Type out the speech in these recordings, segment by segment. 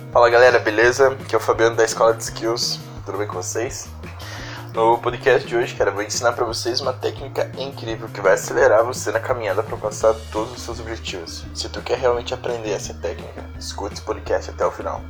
Fala galera, beleza? Aqui é o Fabiano da Escola de Skills, tudo bem com vocês? No podcast de hoje, cara, eu vou ensinar pra vocês uma técnica incrível que vai acelerar você na caminhada para alcançar todos os seus objetivos. Se tu quer realmente aprender essa técnica, escute esse podcast até o final.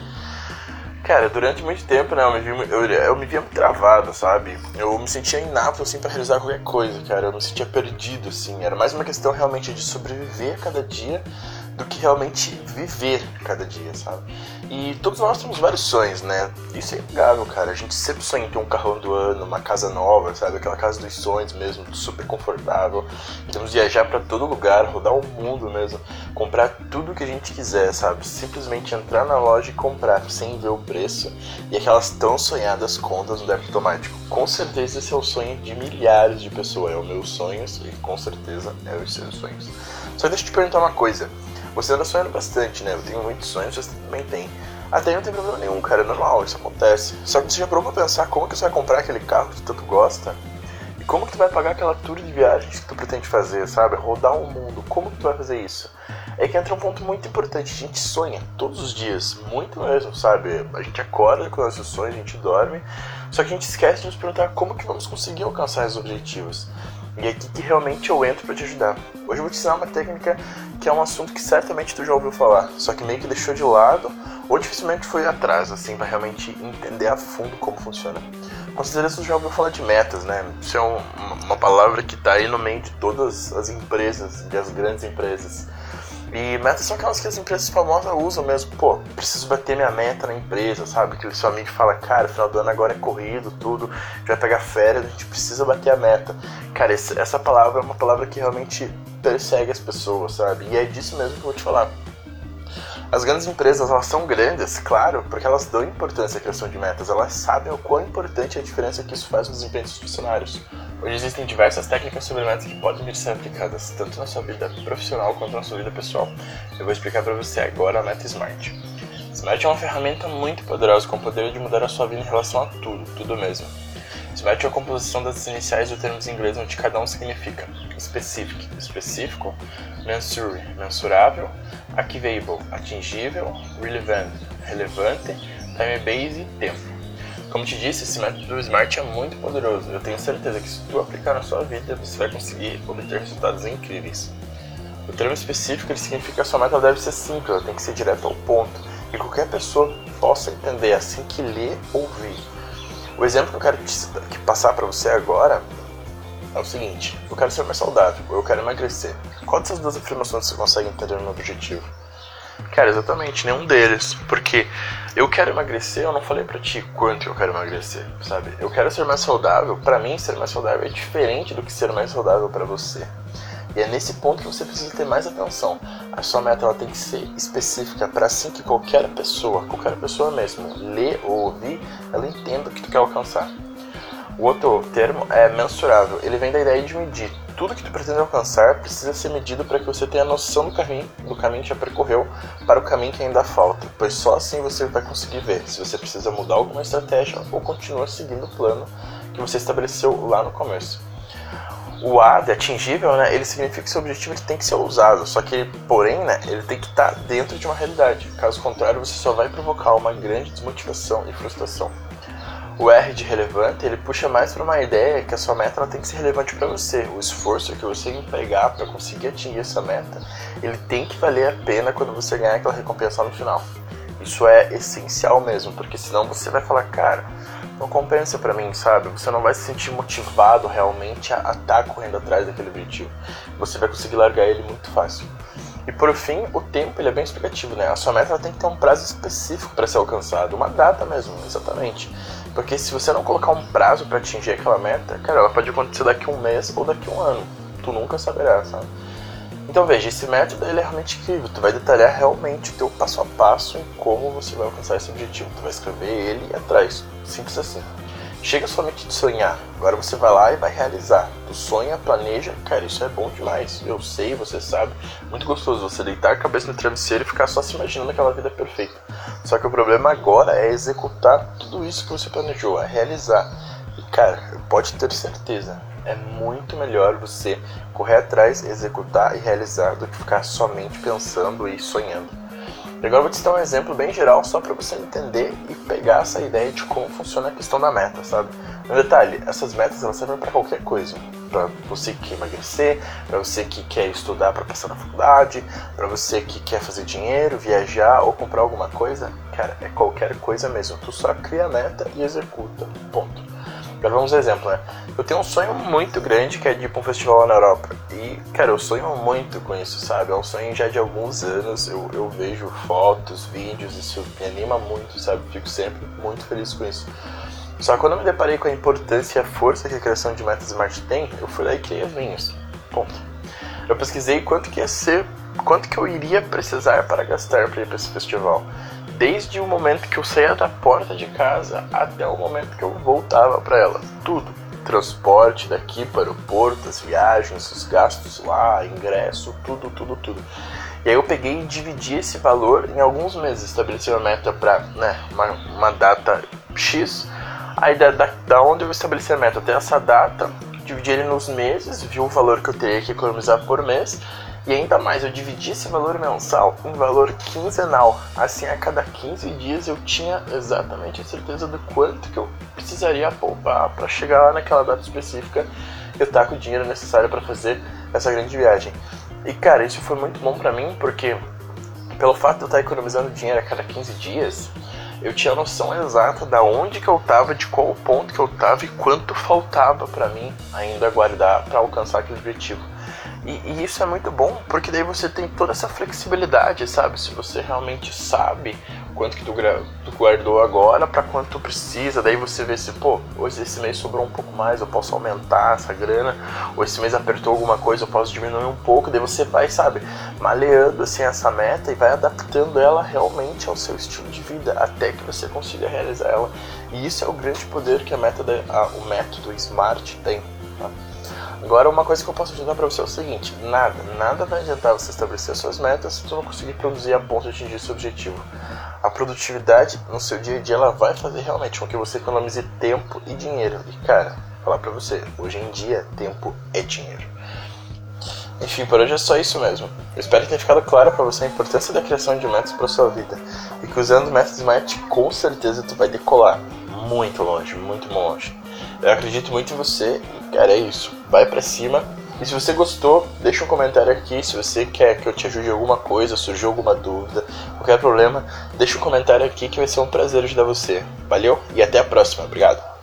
Cara, durante muito tempo, né, eu me via muito travado, sabe? Eu me sentia inapto, assim, pra realizar qualquer coisa, cara. Eu me sentia perdido, assim. Era mais uma questão realmente de sobreviver a cada dia do que realmente viver cada dia, sabe? E todos nós temos vários sonhos, né? Isso é inegável, cara. A gente sempre sonha em ter um carrão do ano, uma casa nova, sabe? Aquela casa dos sonhos mesmo, super confortável. Temos viajar pra todo lugar, rodar o mundo mesmo, comprar tudo que a gente quiser, sabe? Simplesmente entrar na loja e comprar, sem ver o preço e aquelas tão sonhadas contas no débito automático. Com certeza esse é o sonho de milhares de pessoas, é o meu sonho e com certeza é os seus sonhos. Só deixa eu te perguntar uma coisa. Você anda sonhando bastante, né? Eu tenho muitos sonhos, você também tem. Até aí não tem problema nenhum, cara, é normal, isso acontece. Só que você já provou pra pensar como que você vai comprar aquele carro que tu tanto gosta? E como que tu vai pagar aquela tour de viagens que tu pretende fazer, sabe? Rodar o mundo, como que tu vai fazer isso? É que entra um ponto muito importante, a gente sonha todos os dias, muito mesmo, sabe? A gente acorda com nossos sonhos, a gente dorme, só que a gente esquece de nos perguntar como que vamos conseguir alcançar os objetivos. E é aqui que realmente eu entro pra te ajudar. Hoje eu vou te ensinar uma técnica que é um assunto que certamente tu já ouviu falar, só que meio que deixou de lado ou dificilmente foi atrás, assim, pra realmente entender a fundo como funciona. Com certeza tu já ouviu falar de metas, né? Isso é uma palavra que tá aí no meio de todas as empresas, das grandes empresas. E metas são aquelas que as empresas famosas usam mesmo. Pô, preciso bater minha meta na empresa, sabe? Aquele seu amigo fala, cara, final do ano agora é corrido, tudo, já vai pegar férias, a gente precisa bater a meta. Cara, essa palavra é uma palavra que realmente persegue as pessoas, sabe? E é disso mesmo que eu vou te falar. As grandes empresas, elas são grandes, claro, porque elas dão importância à criação de metas. Elas sabem o quão importante é a diferença que isso faz no desempenho dos funcionários. Hoje existem diversas técnicas sobre metas que podem vir a ser aplicadas tanto na sua vida profissional quanto na sua vida pessoal. Eu vou explicar para você agora a meta SMART. SMART é uma ferramenta muito poderosa com o poder de mudar a sua vida em relação a tudo mesmo. SMART é a composição das iniciais dos termos em inglês onde cada um significa specific, específico, mensure, mensurável, achievable, atingível, relevant, relevante, time-based, tempo. Como te disse, esse método SMART é muito poderoso. Eu tenho certeza que se tu aplicar na sua vida, você vai conseguir obter resultados incríveis. O termo específico ele significa que a sua meta deve ser simples, ela tem que ser direto ao ponto, e qualquer pessoa possa entender assim que ler ou ouvir. O exemplo que eu quero passar para você agora é o seguinte: eu quero ser mais saudável, ou eu quero emagrecer. Qual dessas duas afirmações você consegue entender no meu objetivo? Cara, exatamente, nenhum deles. Porque eu quero emagrecer, eu não falei pra ti quanto eu quero emagrecer, sabe? Eu quero ser mais saudável, pra mim ser mais saudável é diferente do que ser mais saudável pra você. E é nesse ponto que você precisa ter mais atenção. A sua meta ela tem que ser específica para assim que qualquer pessoa mesmo, ler ou ouvir, ela entenda o que tu quer alcançar. O outro termo é mensurável. Ele vem da ideia de medir. Tudo que tu pretende alcançar precisa ser medido para que você tenha noção do caminho que já percorreu para o caminho que ainda falta, pois só assim você vai conseguir ver se você precisa mudar alguma estratégia ou continua seguindo o plano que você estabeleceu lá no começo. O A de atingível, né, ele significa que seu objetivo ele tem que ser ousado, só que, porém, né, ele tem que estar dentro de uma realidade. Caso contrário, você só vai provocar uma grande desmotivação e frustração. O R de relevante, ele puxa mais para uma ideia que a sua meta ela tem que ser relevante para você. O esforço que você empregar para conseguir atingir essa meta, ele tem que valer a pena quando você ganhar aquela recompensa no final. Isso é essencial mesmo, porque senão você vai falar, cara, não compensa pra mim, sabe? Você não vai se sentir motivado realmente a estar correndo atrás daquele objetivo. Você vai conseguir largar ele muito fácil. E por fim, o tempo ele é bem explicativo, né? A sua meta ela tem que ter um prazo específico para ser alcançado, uma data mesmo, exatamente. Porque se você não colocar um prazo para atingir aquela meta, cara, ela pode acontecer daqui a um mês ou daqui a um ano. Tu nunca saberá, sabe? Então veja, esse método ele é realmente incrível. Tu vai detalhar realmente o teu passo a passo em como você vai alcançar esse objetivo. Tu vai escrever ele e ir atrás. Simples assim. Chega somente de sonhar. Agora você vai lá e vai realizar. Tu sonha, planeja. Cara, isso é bom demais. Eu sei, você sabe. Muito gostoso você deitar a cabeça no travesseiro e ficar só se imaginando aquela vida perfeita. Só que o problema agora é executar tudo isso que você planejou. É realizar. E cara, pode ter certeza. É muito melhor você correr atrás, executar e realizar do que ficar somente pensando e sonhando. E agora eu vou te dar um exemplo bem geral só para você entender e pegar essa ideia de como funciona a questão da meta, sabe? No detalhe, essas metas elas servem para qualquer coisa. Para você que quer emagrecer, para você que quer estudar para passar na faculdade, para você que quer fazer dinheiro, viajar ou comprar alguma coisa. Cara, é qualquer coisa mesmo. Tu só cria a meta e executa. Ponto. Agora vamos um exemplo, né? Eu tenho um sonho muito grande que é de ir para um festival lá na Europa. E, cara, eu sonho muito com isso, sabe? É um sonho já de alguns anos. Eu vejo fotos, vídeos, isso me anima muito, sabe? Fico sempre muito feliz com isso. Só que quando eu me deparei com a importância e a força que a criação de metas Smart tem, eu fui lá e criei as minhas. Ponto. Eu pesquisei quanto que ia ser, quanto que eu iria precisar para gastar para ir para esse festival. Desde o momento que eu saía da porta de casa até o momento que eu voltava para ela. Tudo. Transporte daqui para o aeroporto, as viagens, os gastos lá, ingresso, tudo. E aí eu peguei e dividi esse valor em alguns meses. Estabeleci uma meta para uma data X. Aí da onde eu estabeleci a meta até essa data, dividi ele nos meses, vi o valor que eu teria que economizar por mês. E ainda mais, eu dividi esse valor mensal em valor quinzenal. Assim, a cada 15 dias eu tinha exatamente a certeza do quanto que eu precisaria poupar para chegar lá naquela data específica e eu estar com o dinheiro necessário para fazer essa grande viagem. E cara, isso foi muito bom para mim, porque pelo fato de eu estar economizando dinheiro a cada 15 dias, eu tinha noção exata da onde que eu estava, de qual ponto que eu estava e quanto faltava para mim ainda guardar para alcançar aquele objetivo. E isso é muito bom, porque daí você tem toda essa flexibilidade, sabe? Se você realmente sabe quanto que tu guardou agora, para quanto tu precisa, daí você vê se, hoje esse mês sobrou um pouco mais, eu posso aumentar essa grana, ou esse mês apertou alguma coisa, eu posso diminuir um pouco, daí você vai, sabe, maleando assim essa meta e vai adaptando ela realmente ao seu estilo de vida, até que você consiga realizar ela. E isso é o grande poder que o método SMART tem, tá? Agora, uma coisa que eu posso ajudar para você é o seguinte: nada vai adiantar você estabelecer suas metas se você não conseguir produzir a ponto de atingir seu objetivo. A produtividade no seu dia a dia ela vai fazer realmente com que você economize tempo e dinheiro. E cara, vou falar para você, hoje em dia, tempo é dinheiro. Enfim, por hoje é só isso mesmo. Eu espero que tenha ficado claro para você a importância da criação de metas para sua vida. E que usando metas Smart, com certeza tu vai decolar muito longe, muito longe. Eu acredito muito em você e, cara, é isso. Vai pra cima. E se você gostou, deixa um comentário aqui. Se você quer que eu te ajude em alguma coisa, surgiu alguma dúvida, qualquer problema, deixa um comentário aqui que vai ser um prazer ajudar você. Valeu e até a próxima. Obrigado.